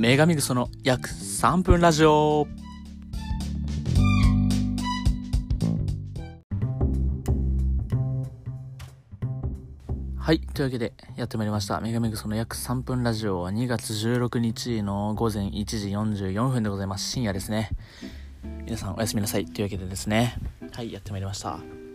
メガミグソの約3分ラジオ。はい、というわけでやってまいりましたメガミグソの約3分ラジオは2月16日の午前1時44分でございます。深夜ですね。皆さんおやすみなさいというわけでですね、はい、やってまいりました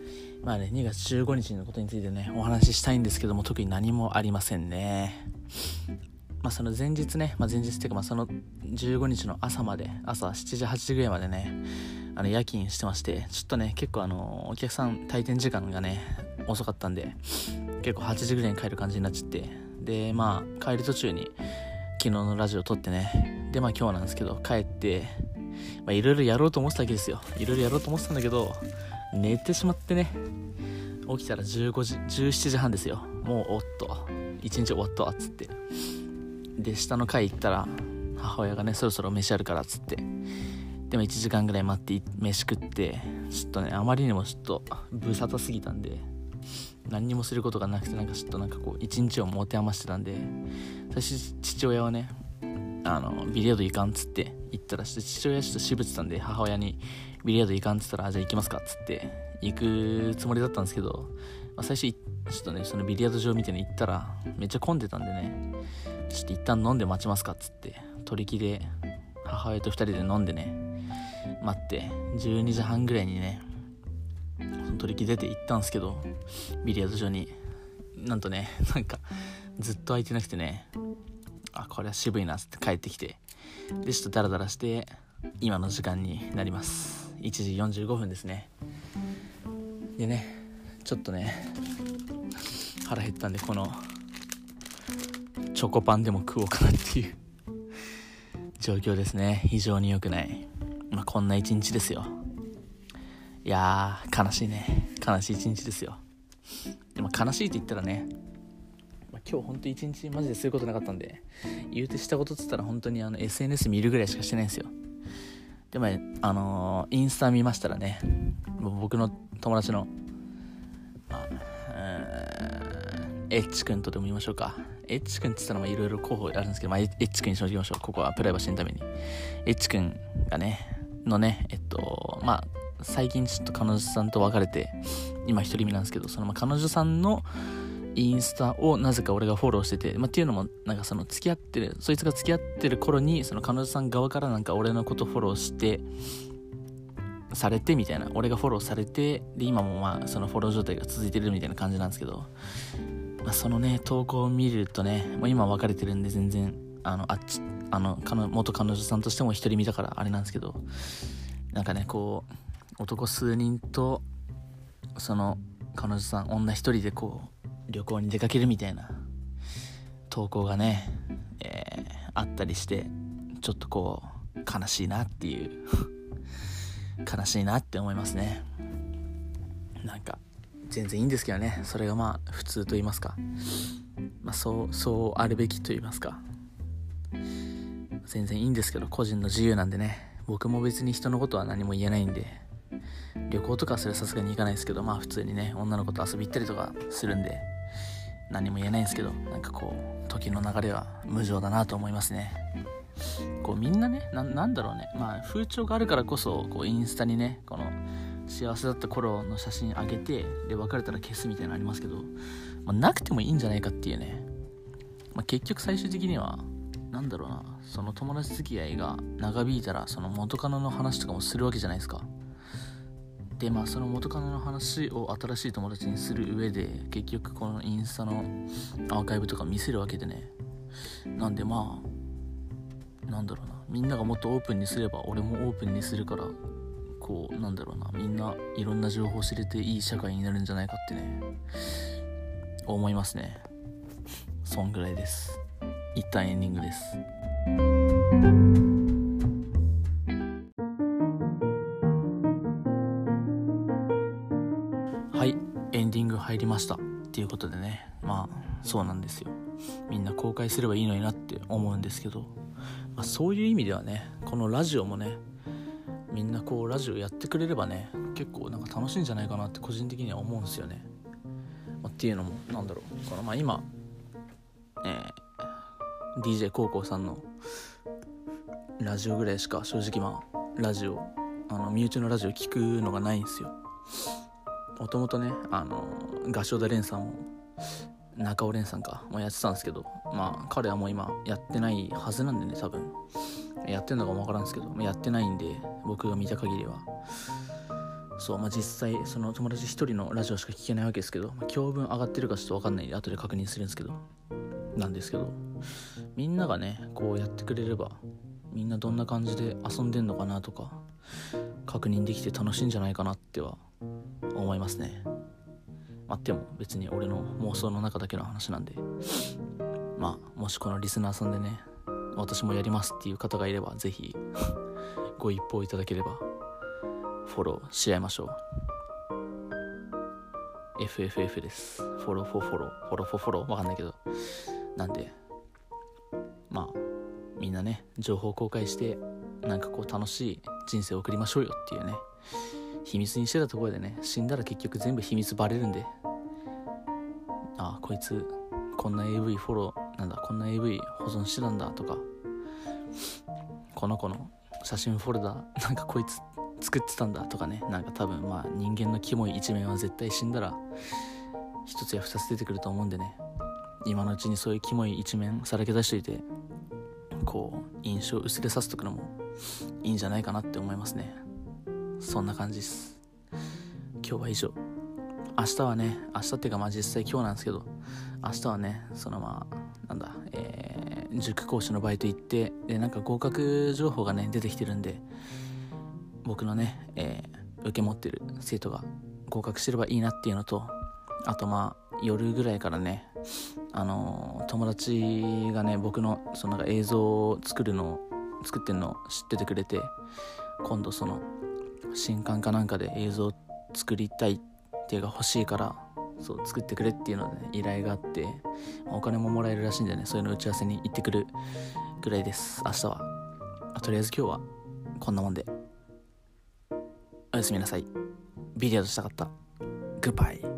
。2月15日のことについてねお話ししたいんですけども、特に何もありませんね。その前日ね、前日っていうかその15日の朝7時8時ぐらいまでね夜勤してまして、ちょっとね結構お客さん退店時間がね遅かったんで、結構8時ぐらいに帰る感じになっちゃって、で帰る途中に昨日のラジオ撮ってね、で今日なんですけど帰っていろいろやろうと思ってたわけですよ。いろいろやろうと思ってたんだけど寝てしまってね、起きたら17時半ですよ。もうおっと一日終わったわっつって、で下の階行ったら母親がねそろそろ飯あるからっつって、でも1時間ぐらい待って飯食って、ちょっとねあまりにもちょっとぶさたすぎたんで何にもすることがなくて、ちょっと一日を持て余してたんで、最初父親はねビリヤード行かんっつって行ったら、父親ちょっと渋ってたんで母親にビリヤード行かんっつったら、じゃあ行きますかっつって行くつもりだったんですけど、最初ちょっとねそのビリヤード場みたいに行ったらめっちゃ混んでたんでね、ちょっと一旦飲んで待ちますかっつって取り木で母親と2人で飲んでね待って、12時半ぐらいにねその取り木出て行ったんですけど、ビリヤード場になんとねずっと空いてなくてね、これは渋いなっつって帰ってきて、でちょっとダラダラして今の時間になります。1時45分ですね。でねちょっとね腹減ったんで、このチョコパンでも食おうかなっていう状況ですね。非常に良くない。こんな一日ですよ。いやー悲しいね。悲しい一日ですよ。でも悲しいって言ったらね、今日ほんと一日マジですることなかったんで、言うてしたことっつったら本当にSNS 見るぐらいしかしてないんですよ。でインスタ見ましたらね、僕の友達のエッチ君とでも言いましょうか。エッチ君って言ったらいろいろ候補あるんですけど、エッチ君にしましょう。ここはプライバシーのために。エッチ君がね最近ちょっと彼女さんと別れて今一人身なんですけど、その彼女さんのインスタをなぜか俺がフォローしてて、っていうのもそのそいつが付き合ってる頃にその彼女さん側から俺のことフォローしてされてみたいな、俺がフォローされて、で今もそのフォロー状態が続いてるみたいな感じなんですけど、そのね投稿を見るとね、もう今別れてるんで全然元彼女さんとしても一人身だからあれなんですけど、男数人とその彼女さん女一人で旅行に出かけるみたいな投稿がね、あったりして、ちょっと悲しいなっていう悲しいなって思いますね。全然いいんですけどね、それが普通と言いますか、そうあるべきと言いますか、全然いいんですけど、個人の自由なんでね、僕も別に人のことは何も言えないんで、旅行とかはそれはさすがに行かないですけど、普通にね女の子と遊び行ったりとかするんで何も言えないんですけど、時の流れは無情だなと思いますね。みんなねなんだろうね、風潮があるからこそインスタにねこの幸せだった頃の写真上げて、で別れたら消すみたいなのありますけど、なくてもいいんじゃないかっていうね、結局最終的にはその友達付き合いが長引いたらその元カノの話とかもするわけじゃないですか。でその元カノの話を新しい友達にする上で結局このインスタのアーカイブとか見せるわけでね、なんでみんながもっとオープンにすれば俺もオープンにするから、みんないろんな情報を知れていい社会になるんじゃないかってね思いますね。そんぐらいです。一旦エンディングです。はい、エンディング入りましたっていうことでね、そうなんですよ。みんな公開すればいいのになって思うんですけど、そういう意味ではね、このラジオもね、みんなラジオやってくれればね、結構楽しいんじゃないかなって個人的には思うんですよね。っていうのも今DJ コウコウさんのラジオぐらいしか正直ラジオ身内のラジオ聞くのがないんですよ。もともとね合唱田蓮さんも中尾蓮さんもやってたんですけど、彼はもう今やってないはずなんでね、多分やってんのかもわからんですけど、やってないんで、僕が見た限りはそう、実際その友達一人のラジオしか聞けないわけですけど、今日分上がってるかちょっとわかんないんで後で確認するんですけど、みんながねこうやってくれれば、みんなどんな感じで遊んでんのかなとか確認できて楽しいんじゃないかなっては思いますね。でも別に俺の妄想の中だけの話なんで、もしこのリスナーさんでね私もやりますっていう方がいれば、ぜひご一報いただければフォローし合いましょう。 FFF です。フォローわかんないけど、なんでみんなね情報公開して楽しい人生を送りましょうよっていうね、秘密にしてたところでね、死んだら結局全部秘密バレるんで、こいつこんな AV こんな AV 保存してたんだとか、この子の写真フォルダこいつ作ってたんだとかね、多分人間のキモい一面は絶対死んだら一つや二つ出てくると思うんでね、今のうちにそういうキモい一面さらけ出しといて、印象薄れさせとくのもいいんじゃないかなって思いますね。そんな感じです。今日は以上。明日っていうか実際今日なんですけど、明日はね塾講師のバイト行って、で合格情報がね出てきてるんで、僕のね、受け持ってる生徒が合格してればいいなっていうのと、あと夜ぐらいからね友達がね僕の映像を作ってんのを知っててくれて、今度新刊かなんかで映像作りたいっていうか欲しいから作ってくれっていうので、依頼があって、お金ももらえるらしいんでね、そういうの打ち合わせに行ってくるぐらいです。明日はとりあえず今日はこんなもんでおやすみなさい。ビデオとしたかった。グッバイ。